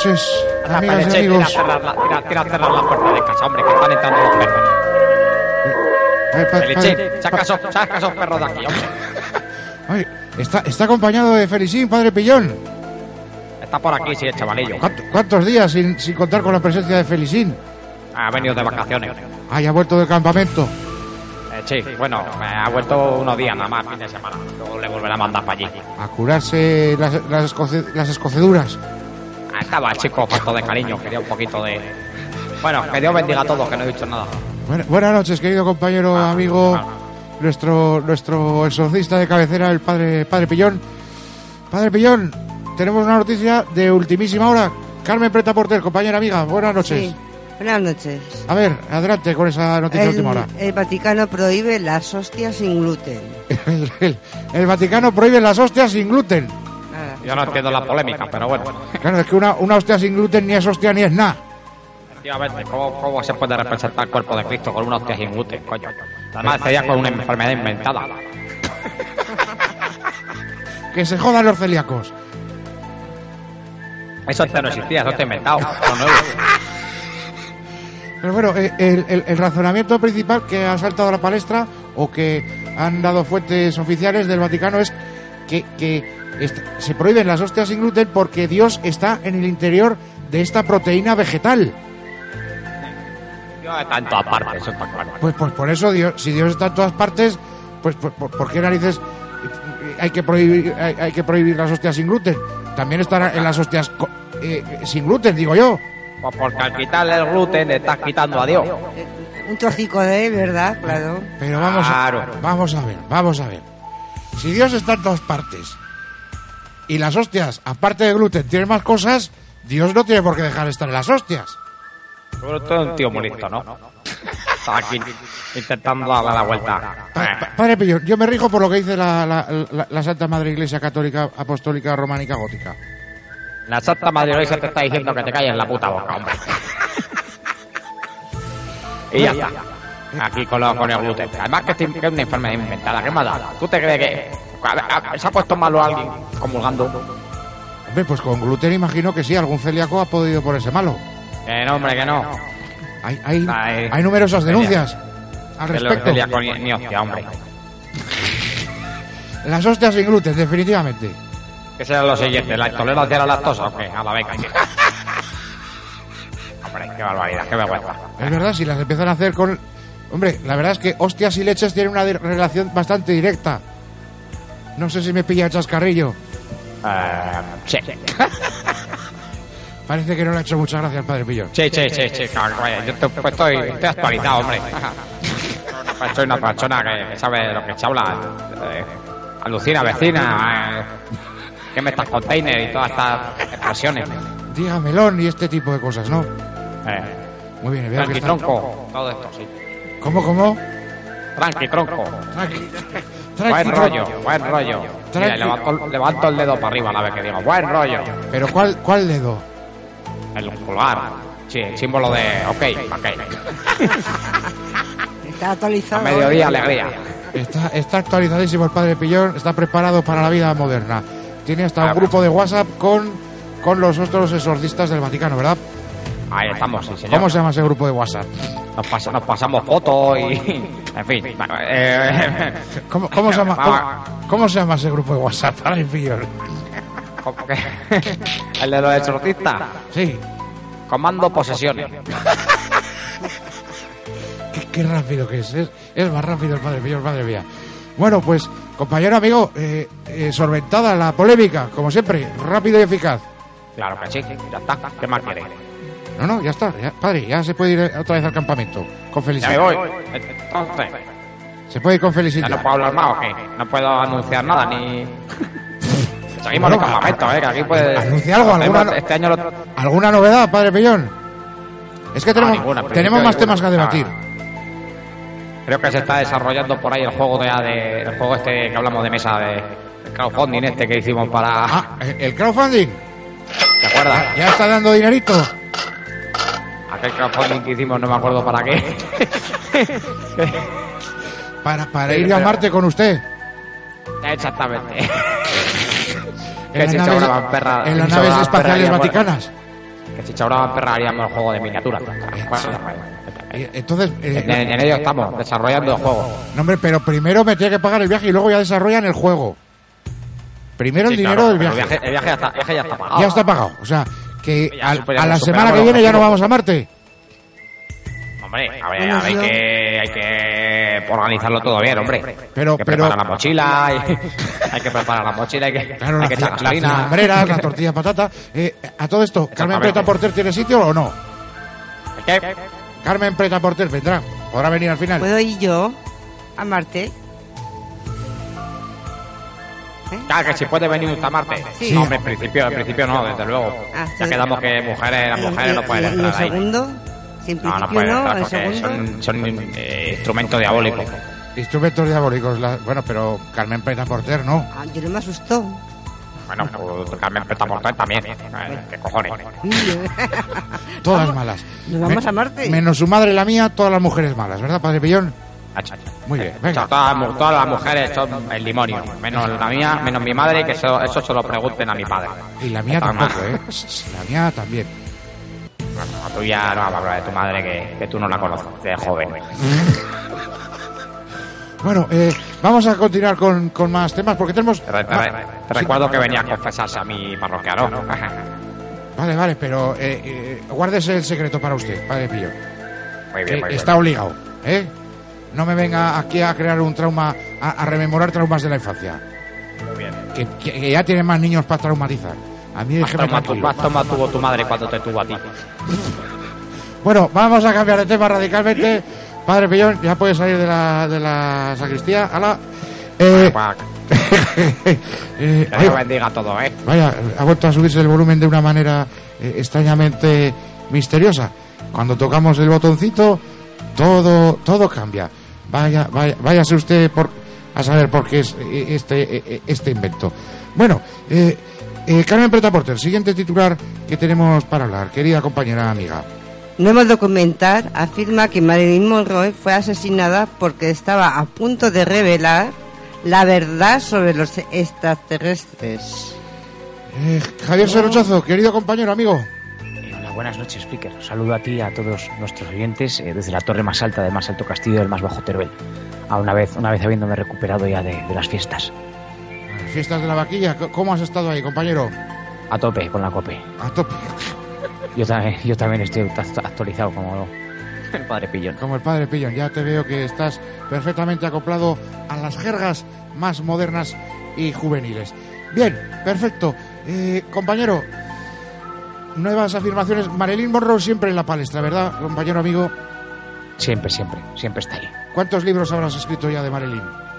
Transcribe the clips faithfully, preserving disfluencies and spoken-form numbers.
noches, amigas y Leche, amigos. Tira a cerrar la, tira, tira a cerrar la puerta de casa, hombre, que están entrando los perros. Eh, pa- Leche, padre- saca esos, saca esos perros de aquí, hombre. Ay, está, está acompañado de Felicín, padre Pillón. Está por aquí, sí, el chavalillo. ¿Cuánto- ¿Cuántos días sin, sin contar con la presencia de Felicín? Ha venido de vacaciones. Ah, ya ha vuelto del campamento. Eh, sí, bueno, eh, ha vuelto unos días nada más, fin de semana. Luego le volverá a mandar para allí. A curarse las, las, escoce- las escoceduras. Ah, estaba el chico falto de cariño, quería un poquito de... Bueno, que Dios bendiga a todos, que no he dicho nada. Buena- buenas noches, querido compañero, Ah, amigo, ah. nuestro nuestro exorcista de cabecera, el padre padre Pillón. Padre Pillón, tenemos una noticia de ultimísima hora. Carmen Preta Porter, compañera amiga, buenas noches. Sí, buenas noches. A ver, adelante con esa noticia de El, última hora. el Vaticano prohíbe las hostias sin gluten. El, el- el Vaticano prohíbe las hostias sin gluten. Nada. Yo no entiendo la polémica, pero bueno. Claro, es que una, una hostia sin gluten ni es hostia ni es nada. Efectivamente, ¿cómo, ¿cómo se puede representar el cuerpo de Cristo con una hostia sin gluten, coño? Además sería con una enfermedad inventada. Que se jodan los celíacos. Eso antes no existía, eso está inventado. Eso nuevo. Pero bueno, eh, el, el- el razonamiento principal que ha saltado a la palestra o que han dado fuentes oficiales del Vaticano es que, que est- se prohíben las hostias sin gluten porque Dios está en el interior de esta proteína vegetal. Dios está en todas partes, eso está claro. Pues, pues por eso, Dios, si Dios está en todas partes, pues por, por- ¿por qué narices hay que prohibir hay, hay que prohibir las hostias sin gluten? También estará en las hostias co- eh, sin gluten, digo yo. Pues porque al quitarle el gluten le estás quitando a Dios. Eh, Un trocico de él, ¿verdad? Claro. Pero vamos a, Claro. vamos a ver, vamos a ver. Si Dios está en todas partes y las hostias, aparte de gluten, tienen más cosas, Dios no tiene por qué dejar de estar en las hostias. Pero tú eres un tío muy listo, ¿no? Está aquí intentando darle la vuelta. Pa- pa- padre Pillón, yo me rijo por lo que dice la, la- la- la Santa Madre Iglesia Católica Apostólica Románica Gótica. La Santa Madre Iglesia te está diciendo que te calles en la puta boca, hombre. Y ya está. Aquí con, lo- con el gluten. Además que es que es una enfermedad inventada. ¿Qué más da? ¿Tú te crees que a- a- se ha puesto malo alguien comulgando? Hombre, pues con gluten imagino que sí, algún celíaco ha podido ponerse malo. Que no, hombre, que no. Hay, hay, Ay, hay numerosas celíaco. denuncias al Que lo respecto. celíaco ni, ni hostia, hombre. Las hostias sin gluten, definitivamente. ¿Qué será lo siguiente? ¿La intolerancia a la lactosa o qué? A la venga. Hombre, qué barbaridad, qué vergüenza. Es verdad, si las empiezan a hacer con... Hombre, la verdad es que hostias y leches tienen una de- relación bastante directa. No sé si me pilla el chascarrillo. Eh, sí. Parece que no le ha hecho mucha gracia al padre Pillón. Sí, sí, sí, sí, claro, vaya, yo te- pues estoy, estoy actualizado, hombre. Pues soy una persona que, que sabe lo que se habla. Eh, alucina, vecina, eh, que me estás container y todas estas expresiones. Dígamelón y este tipo de cosas, ¿no? Eh, Muy bien, veo que tranqui, está... tronco, todo esto, sí. ¿Cómo, cómo? Tranqui, tronco. Tranqui, Buen tranqui, rollo, buen rollo. Tranqui. Mira, levanto, levanto el dedo para arriba a la vez que digo, buen rollo. Pero ¿cuál, cuál dedo? El pulgar. Sí, el símbolo de ok, ok. Está A actualizado. mediodía, alegría. Está, está actualizadísimo el padre Pillón, está preparado para la vida moderna. Tiene hasta Ah, un grupo de WhatsApp con, con los otros exorcistas del Vaticano, ¿verdad? Ahí estamos, sí, señor. ¿Cómo se llama ese grupo de WhatsApp? Nos, pas- nos pasamos fotos y... En fin, bueno, eh, ¿Cómo, cómo se llama, Ah. cómo, cómo se llama ese grupo de WhatsApp, padre Pillón? ¿cómo que? El de los exorcistas. Sí, Comando posesiones. qué, qué rápido que es. es. Es más rápido el padre Pillón, madre mía. Bueno, pues, compañero amigo, eh, eh, solventada la polémica, como siempre, rápido y eficaz. Claro que sí, ya está. ¿Qué más quieres? No, no, ya está, ya- padre, ya se puede ir otra vez al campamento, con Ya me felicidad. voy. Entonces, Se puede ir con ¿ya felicidad. no puedo hablar más o qué? No puedo anunciar nada, ni... Seguimos en el Bueno, campamento, eh, que aquí puede... anuncia algo, Hacemos- alguna- Este año lo... ¿Alguna novedad, padre Pillón? Es que tenemos, ninguna, en tenemos principio más temas que ninguna. debatir. Creo que se está desarrollando por ahí el juego de, de el juego este que hablamos de mesa de el crowdfunding este que hicimos para... Ah, el crowdfunding. ¿Te acuerdas? Ya está dando dinerito. Aquel crowdfunding que hicimos no me acuerdo para qué. Para, para Sí, ir a pero- Marte con usted. Exactamente. En si las se naves, sobraban perras- en las si naves sobraban espaciales perras, vaticanas. Si ahora perraríamos el juego de miniatura. Eh, Entonces, eh, en, en ello estamos, desarrollando el juego. No, hombre, pero primero me tiene que pagar el viaje y luego ya desarrollan el juego. Primero el Sí, dinero claro, del pero viaje. El viaje, el viaje, ya está, el viaje ya está pagado. Ya está pagado. O sea, que Ya a, superamos- a la semana superamos que viene los ya no objetivos. vamos a Marte. Hombre, a ver, Bueno, a ver, yo- hay que, hay que organizarlo todo bien, hombre. Pero- hay que pero- preparar la mochila, hay, hay que preparar la mochila, hay que, Claro, hay la, que echar las gasolina. cilambreras, la tortilla de patata. Eh, a todo esto, ¿Carmen Exactamente. Preta Porter tiene sitio o no? Es que- Carmen Preta Porter vendrá. Podrá venir al final. ¿Puedo ir yo a Marte? ¿Eh? Claro, que si puede venir usted a Marte. Sí. No, hombre, en principio, en principio no, desde luego. Ah, Ya sí. quedamos que mujeres, las mujeres no pueden ¿En el entrar ahí. segundo? Si en No, no principio pueden no, entrar el porque segundo. son, son eh, instrumentos diabólicos. Instrumentos diabólicos. la- bueno, pero Carmen Preta Porter no. Ah, yo no me asustó. Bueno, pues Carmen Preta Porter también. Eh, ¿Qué cojones? Todas malas. ¿Nos vamos Me- a Marte? Menos su madre y la mía, todas las mujeres malas, ¿verdad, Padre Pillón? Muy bien, O venga. sea, todas, las mu- todas las mujeres son el demonio, menos la mía, menos mi madre, que eso, eso se lo pregunten a mi padre. Y la mía Todas tampoco, malas. ¿eh? La mía también. Bueno, la tuya no vamos a hablar de tu madre, que, que tú no la conoces, de joven. Bueno, eh, vamos a continuar con, con más temas porque tenemos... Te, re- te re- te Sí. recuerdo que venía a confesarse a mi parroquiano. Vale, vale, pero eh, eh, guárdese el secreto para usted, Padre Pillón. Muy Que bien, muy bien. está obligado, ¿eh? No me venga aquí a crear un trauma, a, a rememorar traumas de la infancia. Muy bien. Que, que- que ya tienen más niños para traumatizar. A mí Más déjeme toma, tu, tranquilo. más toma tuvo tu madre cuando te tuvo a ti. Bueno, vamos a cambiar de tema radicalmente. Padre Pillón, ya puede salir de la, de la sacristía. ¡Hala! Eh, Pues, eh, que ay, Dios bendiga todo, ¿eh? vaya, ha vuelto a subirse el volumen de una manera eh, extrañamente misteriosa. Cuando tocamos el botoncito, todo todo cambia. Vaya, vaya, váyase usted por, a saber por qué es eh, este eh, este invento. Bueno, eh, eh, Carmen Preta Porter, siguiente titular que tenemos para hablar, querida compañera amiga. Nuevo documental afirma que Marilyn Monroe fue asesinada porque estaba a punto de revelar la verdad sobre los extraterrestres. Eh, Javier Serrochazo, querido compañero amigo. Eh, hola, buenas noches, Speaker. Saludo a ti y a todos nuestros oyentes eh, desde la torre más alta del más alto castillo del más bajo Teruel. A una vez, una vez habiéndome recuperado ya de, de las fiestas. Fiestas de la Vaquilla, ¿cómo has estado ahí, compañero? A tope con la cope. A tope, Yo, también yo también estoy act- actualizado como el padre Pillón. como el padre Pillón. Ya te veo que estás perfectamente acoplado a las jergas más modernas y juveniles. Bien, perfecto. Eh, compañero, nuevas afirmaciones. Marilyn Monroe siempre en la palestra, ¿verdad, compañero amigo? Siempre, siempre, siempre está ahí. ¿Cuántos libros habrás escrito ya de Marilyn?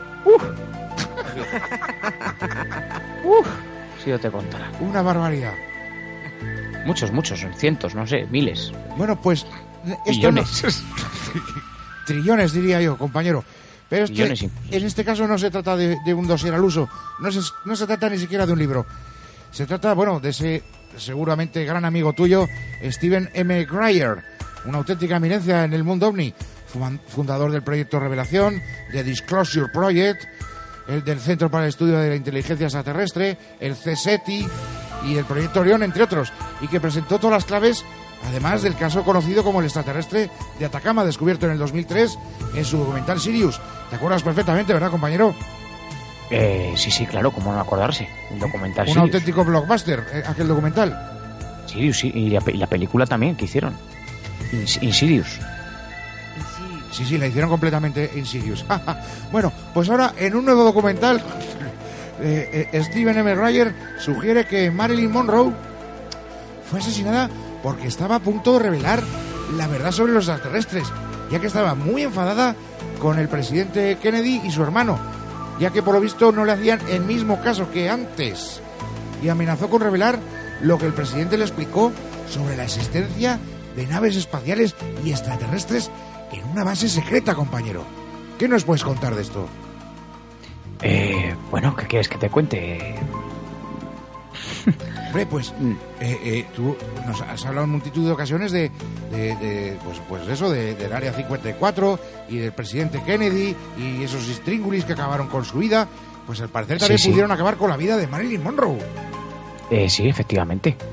Si yo te contara. Una barbaridad. Muchos, muchos, cientos, no sé, miles, Bueno, pues... esto millones. no- trillones, diría yo, compañero. Pero es que Millones incluso. en este caso no se trata de, de un dossier al uso. No se, no se trata ni siquiera de un libro. Se trata, bueno, de ese seguramente gran amigo tuyo, Stephen M. Greer, una auténtica eminencia en el mundo ovni, fun- fundador del proyecto Revelación, de Disclosure Project, el del Centro para el Estudio de la Inteligencia Extraterrestre, el CESETI y el proyecto Orión, entre otros, y que presentó todas las claves, además del caso conocido como el extraterrestre de Atacama, descubierto en el dos mil tres en su documental Sirius. ¿Te acuerdas perfectamente, verdad, compañero? Eh, sí, sí, claro, cómo no acordarse. Un documental Un Sirius. auténtico blockbuster, eh, aquel documental. Sirius, sí, y la, pe- y la película también que hicieron. Ins- Insidious. Sí, sí, la hicieron completamente en Sirius. Bueno, pues ahora en un nuevo documental, eh, eh, Stephen M. Greer sugiere que Marilyn Monroe fue asesinada porque estaba a punto de revelar la verdad sobre los extraterrestres, ya que estaba muy enfadada con el presidente Kennedy y su hermano, ya que por lo visto no le hacían el mismo caso que antes, y amenazó con revelar lo que el presidente le explicó sobre la existencia de naves espaciales y extraterrestres en una base secreta, compañero. ¿Qué nos puedes contar de esto? Eh, bueno, ¿qué quieres que te cuente? Hombre, pues eh, eh, tú nos has hablado en multitud de ocasiones de, de, de, pues, pues eso, de, del Área cincuenta y cuatro y del presidente Kennedy y esos intríngulis que acabaron con su vida. Pues al parecer también Sí, sí. pudieron acabar con la vida de Marilyn Monroe. Eh, sí, efectivamente.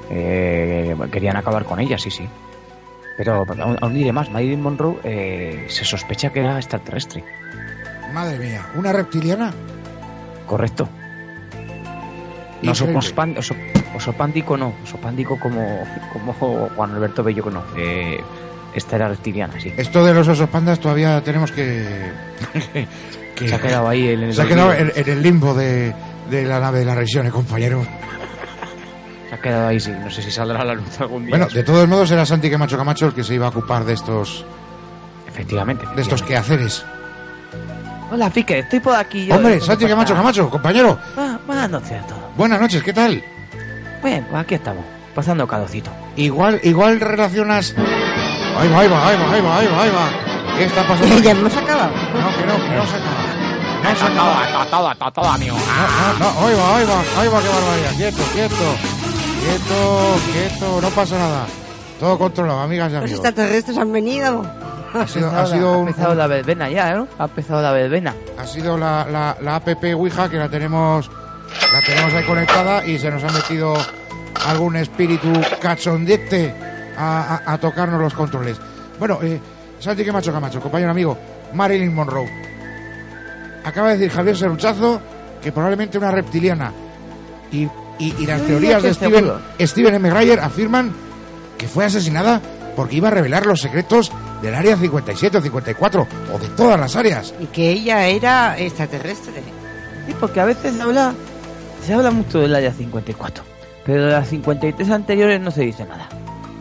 Eh, querían acabar con ella, sí, sí. Pero aún, aún diré más, Marilyn Monroe eh, se sospecha que era extraterrestre. Madre mía, ¿una reptiliana? Correcto. No, Increíble. osopán- oso- osopándico no, osopándico como, como Juan Alberto Bello que no. Eh, esta era reptiliana, sí. Esto de los osos pandas todavía tenemos que... que Se ha quedado ahí en el se ha quedado olvido. en, en el limbo de, de la nave de las revisiones, compañero. Se ha quedado ahí, sí. No sé si saldrá a la luz algún día. Bueno, de todos modos era Santi Camacho Camacho el que se iba a ocupar de estos Efectivamente. de estos efectivamente. quehaceres. Hola, Pique, estoy por aquí. Yo, Hombre, yo Santi por Camacho acá. Camacho, compañero. Ah, buenas noches a todos. Buenas noches, ¿qué tal? Bien, pues aquí estamos, pasando calorcito. Igual, igual relacionas... Ahí va, ahí va, ahí va, ahí va, ahí va, ahí va. ¿Qué está pasando? Ya aquí? hemos acabado. No, que no, que no se acaba. No se Está todo, acaba. está todo, está todo, amigo. No, no, no, ahí va, ahí va, ahí va, qué barbaridad. Quieto, quieto, quieto, quieto, no pasa nada. Todo controlado, amigas y Los amigos. extraterrestres han venido. Ha sido, empezado ha sido, la, un- ha empezado un- la verbena ya, ¿no? Ha empezado la verbena. ha sido la, la, la app Ouija que la tenemos, la tenemos ahí conectada y se nos ha metido algún espíritu cachondete a, a, a tocarnos los controles. Bueno, eh, Santi Camacho Camacho, compañero amigo, Marilyn Monroe. Acaba de decir Javier Serruchazo que probablemente una reptiliana. Y, y, y las Yo teorías diría de que Steven, seguro. Steven M. Greer afirman que fue asesinada porque iba a revelar los secretos del área cincuenta y siete o cincuenta y cuatro o de todas las áreas. Y que ella era extraterrestre. Sí, porque a veces se habla, se habla mucho del área cincuenta y cuatro, pero de las cincuenta y tres anteriores no se dice nada.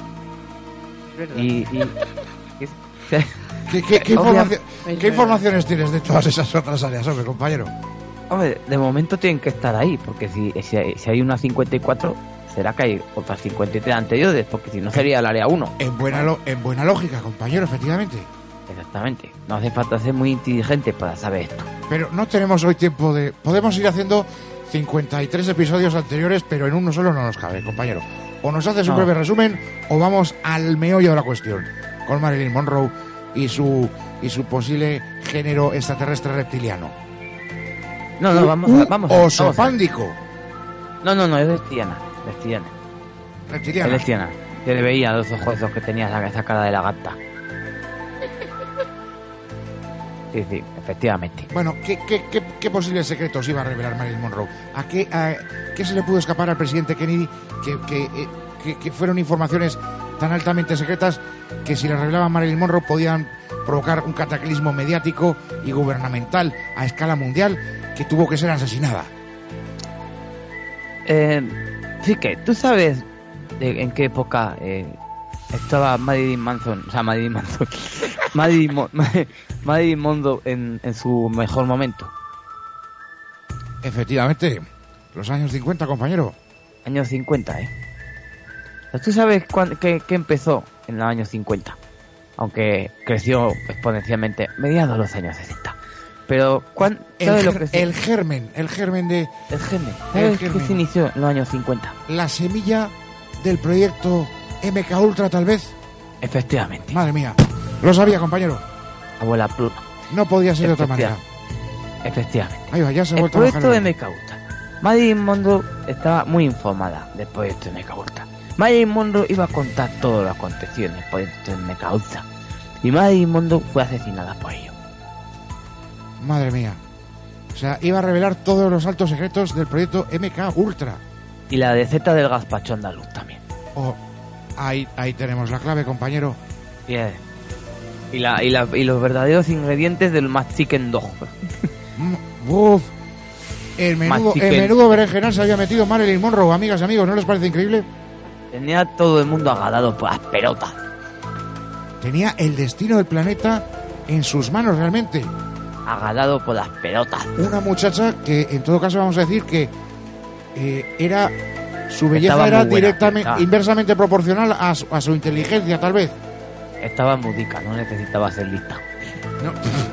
Y, y, y- ¿Qué, qué, qué, Obvia- información- qué informaciones tienes de todas esas otras áreas, hombre, compañero? hombre, de momento tienen que estar ahí, porque si, si, hay, si hay una cincuenta y cuatro, será que hay otras cincuenta y tres anteriores, porque si no sería el área uno. En buena, lo- en buena lógica, compañero, efectivamente. Exactamente. No hace falta ser muy inteligente para saber esto. Pero no tenemos hoy tiempo de... Podemos ir haciendo cincuenta y tres episodios anteriores, pero en uno solo no nos cabe, compañero. O nos haces un No. breve resumen o vamos al meollo de la cuestión con Marilyn Monroe y su y su posible género extraterrestre reptiliano. No, no, vamos Un a, vamos a, vamos a- osopándico. No, no, no, es lesbiana. Lesbiana. Es Reptiliano. lesbiana. Se le veía los ojos esos que tenía esa, esa cara de lagarta. Sí, sí, efectivamente. Bueno, ¿qué, qué, qué, qué posibles secretos iba a revelar Marilyn Monroe? ¿A qué, a, qué se le pudo escapar al presidente Kennedy que, que, eh, que, que fueron informaciones tan altamente secretas que si las revelaba Marilyn Monroe podían provocar un cataclismo mediático y gubernamental a escala mundial que tuvo que ser asesinada? Eh, sí que, ¿tú sabes de, en qué época eh, estaba Marilyn Manson? O sea, Marilyn Manson. Marilyn, Mo- Marilyn Monroe en, en su mejor momento. Efectivamente, los años cincuenta, compañero. Años cincuenta, ¿eh? ¿Tú sabes cuán- qué, qué empezó en los años cincuenta? Aunque creció exponencialmente mediados de los años sesenta. Pero, ¿cuán, El, ¿sabes lo ger- que se, el germen, el germen de el germen? el ¿Sabes qué germen. se inició en los años cincuenta? la semilla del proyecto M K Ultra, tal vez. Efectivamente. Madre mía, lo sabía, compañero. Abuela pluma. No podía ser de otra Efectiva- manera. Efectivamente. Ahí va, ya se ha El vuelto a bajar. proyecto de el- M K Ultra. Marilyn Monroe estaba muy informada del proyecto de M K Ultra. Marilyn Monroe iba a contar todo lo acontecido en el proyecto de M K Ultra. Y Marilyn Monroe fue asesinada por ello. Madre mía. O sea, iba a revelar todos los altos secretos del proyecto M K Ultra. Y la receta del gazpacho andaluz también. Oh, ahí, ahí tenemos la clave, compañero. Bien. Y, la, y, la, y los verdaderos ingredientes del Mad Chicken Dog. Mm, Uf. El menudo, Más el chicken. menudo berenjenal se había metido Marilyn Monroe, amigas y amigos, ¿no les parece increíble? Tenía todo el mundo agarrado por las pelotas. Tenía el destino del planeta en sus manos realmente. Agarrado por las pelotas. Una muchacha que, en todo caso, vamos a decir que eh, era su belleza Estaba era muy buena, directamente, estaba. inversamente proporcional a su, a su inteligencia, tal vez. Estaba mudica, no necesitaba ser lista. No.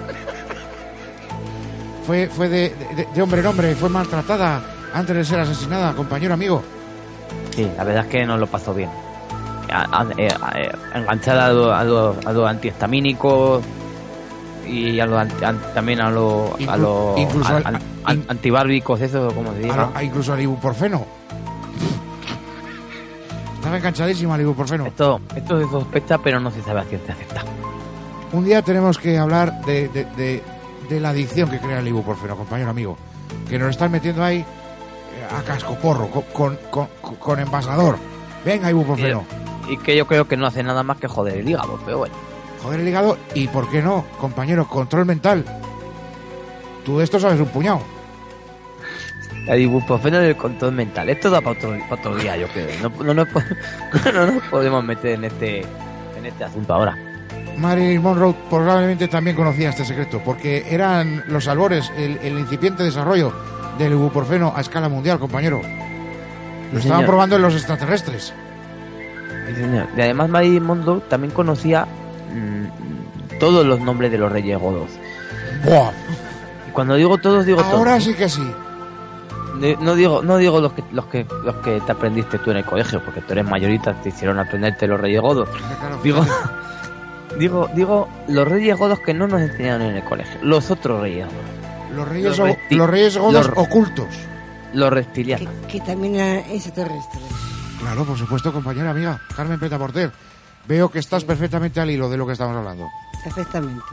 fue fue de, de- de hombre en hombre, fue maltratada antes de ser asesinada, compañero amigo. Sí, la verdad es que no lo pasó bien. A- a- eh, a- eh, enganchada a los a lo, a lo antihistamínicos y a lo anti- an- también a los a Inclu- los incluso an- al- an- in- an- antibárbicos, eso como se A diga. lo- a incluso al ibuprofeno. Estaba enganchadísima al ibuprofeno. Esto, esto se sospecha, pero no se sabe a ciencia cierta. Un día tenemos que hablar de, de, de, de la adicción que crea el ibuprofeno, compañero amigo. Que nos están metiendo ahí eh, a cascoporro, con, con, con, con envasador. Venga, ibuprofeno. Y, y que yo creo que no hace nada más que joder el hígado, pero bueno. Joder el hígado y, ¿por qué no, compañero? Control mental. Tú de esto sabes un puñado. El ibuprofeno del control mental. Esto da para otro, para otro día, yo creo. No, no, nos, no nos podemos meter en este, en este asunto ahora. Marilyn Monroe probablemente también conocía este secreto, porque eran los albores, el, el incipiente desarrollo del ibuprofeno a escala mundial, compañero. Lo Sí, estaban señor. probando en los extraterrestres. Sí, señor. Y además Marilyn Monroe también conocía mmm, todos los nombres de los reyes godos. ¡Buah! Y cuando digo todos, digo Ahora todos. sí que sí. De- No digo, no digo los que, los que los que te aprendiste tú en el colegio, porque tú eres mayorita, te hicieron aprenderte los reyes godos. Digo, digo, digo los reyes godos que no nos enseñaron en el colegio. Los otros reyes godos. Los reyes, los o- repti- los reyes godos los- ocultos. Los Que, reptilianos. que también eran extraterrestres. Claro, por supuesto, compañera amiga. Carmen Petaporter. Veo que estás perfectamente al hilo de lo que estamos hablando. Perfectamente.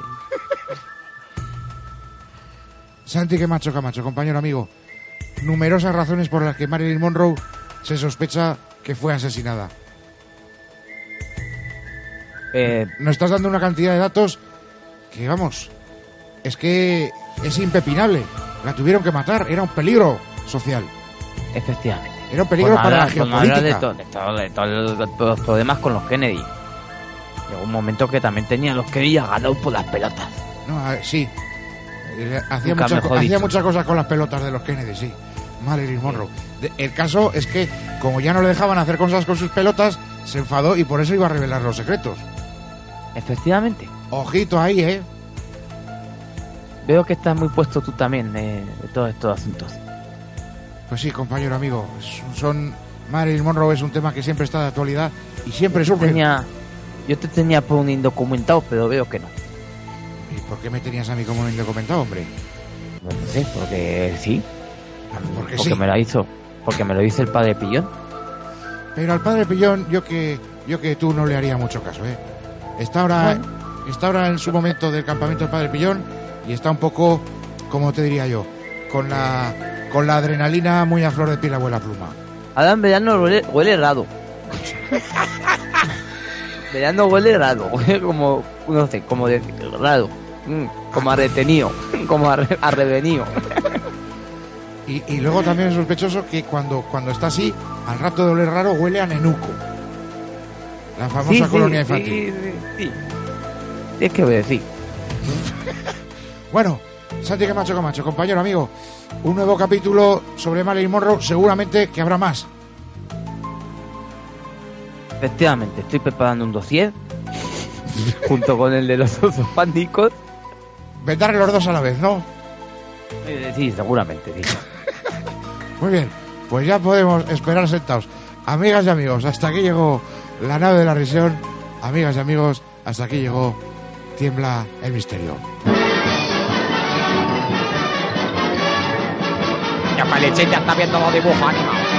Santi Camacho Camacho, compañero amigo. Numerosas razones por las que Marilyn Monroe se sospecha que fue asesinada. Eh, Nos estás dando una cantidad de datos que, vamos, es que es impepinable. La tuvieron que matar, era un peligro social. efectivamente. Era un peligro Pues para nada, la pues nada de, geopolítica. to- de to- de to- de todos los problemas con los Kennedy. Llegó un momento que también tenía los Kennedy ganados por las pelotas. No, a ver, sí. Eh, Hacía, Nunca muchas, mejor hacía dicho. muchas cosas con las pelotas de los Kennedy, sí. Marilyn Monroe. De- el caso es que, como ya no le dejaban hacer cosas con sus pelotas, se enfadó y por eso iba a revelar los secretos. Efectivamente. Ojito ahí, ¿eh? Veo que estás muy puesto tú también eh, de todos estos asuntos. Pues sí, compañero amigo. es- Son Marilyn Monroe es un tema que siempre está de actualidad y siempre surge. Tenía, yo te tenía por un indocumentado, pero veo que no. ¿Y por qué me tenías a mí como un indocumentado, hombre? No sé, porque sí. Porque Porque sí. me lo hizo. Porque me lo dice el padre Pillón. Pero al padre Pillón, yo que yo que tú no le haría mucho caso, ¿eh? Está ahora, está ahora en su momento del campamento del padre Pillón y está un poco, como te diría yo, con la con la adrenalina muy a flor de piel, abuela pluma. Adán Verano huele, huele raro. Verano huele raro. Huele como, no sé, como de raro. Mm, como a retenido. Como a, re- a revenido. Y, y luego también es sospechoso que cuando, cuando está así, al rato de oler raro, huele a Nenuco. La famosa Sí, sí, colonia sí, infantil. sí, sí. Sí, es que ver, sí. Bueno, Santi Camacho Camacho, compañero amigo, un nuevo capítulo sobre Marilyn Monroe, seguramente que habrá más. Efectivamente, estoy preparando un dossier. junto con el de los osos pánicos. Vendarle los dos a la vez, ¿no? Eh, sí, seguramente, sí. Muy bien, pues ya podemos esperar sentados. Amigas y amigos, hasta aquí llegó la nave de la risión. Amigas y amigos, hasta aquí llegó Tiembla el Misterio. Ya Palichín ya está viendo los dibujos animados.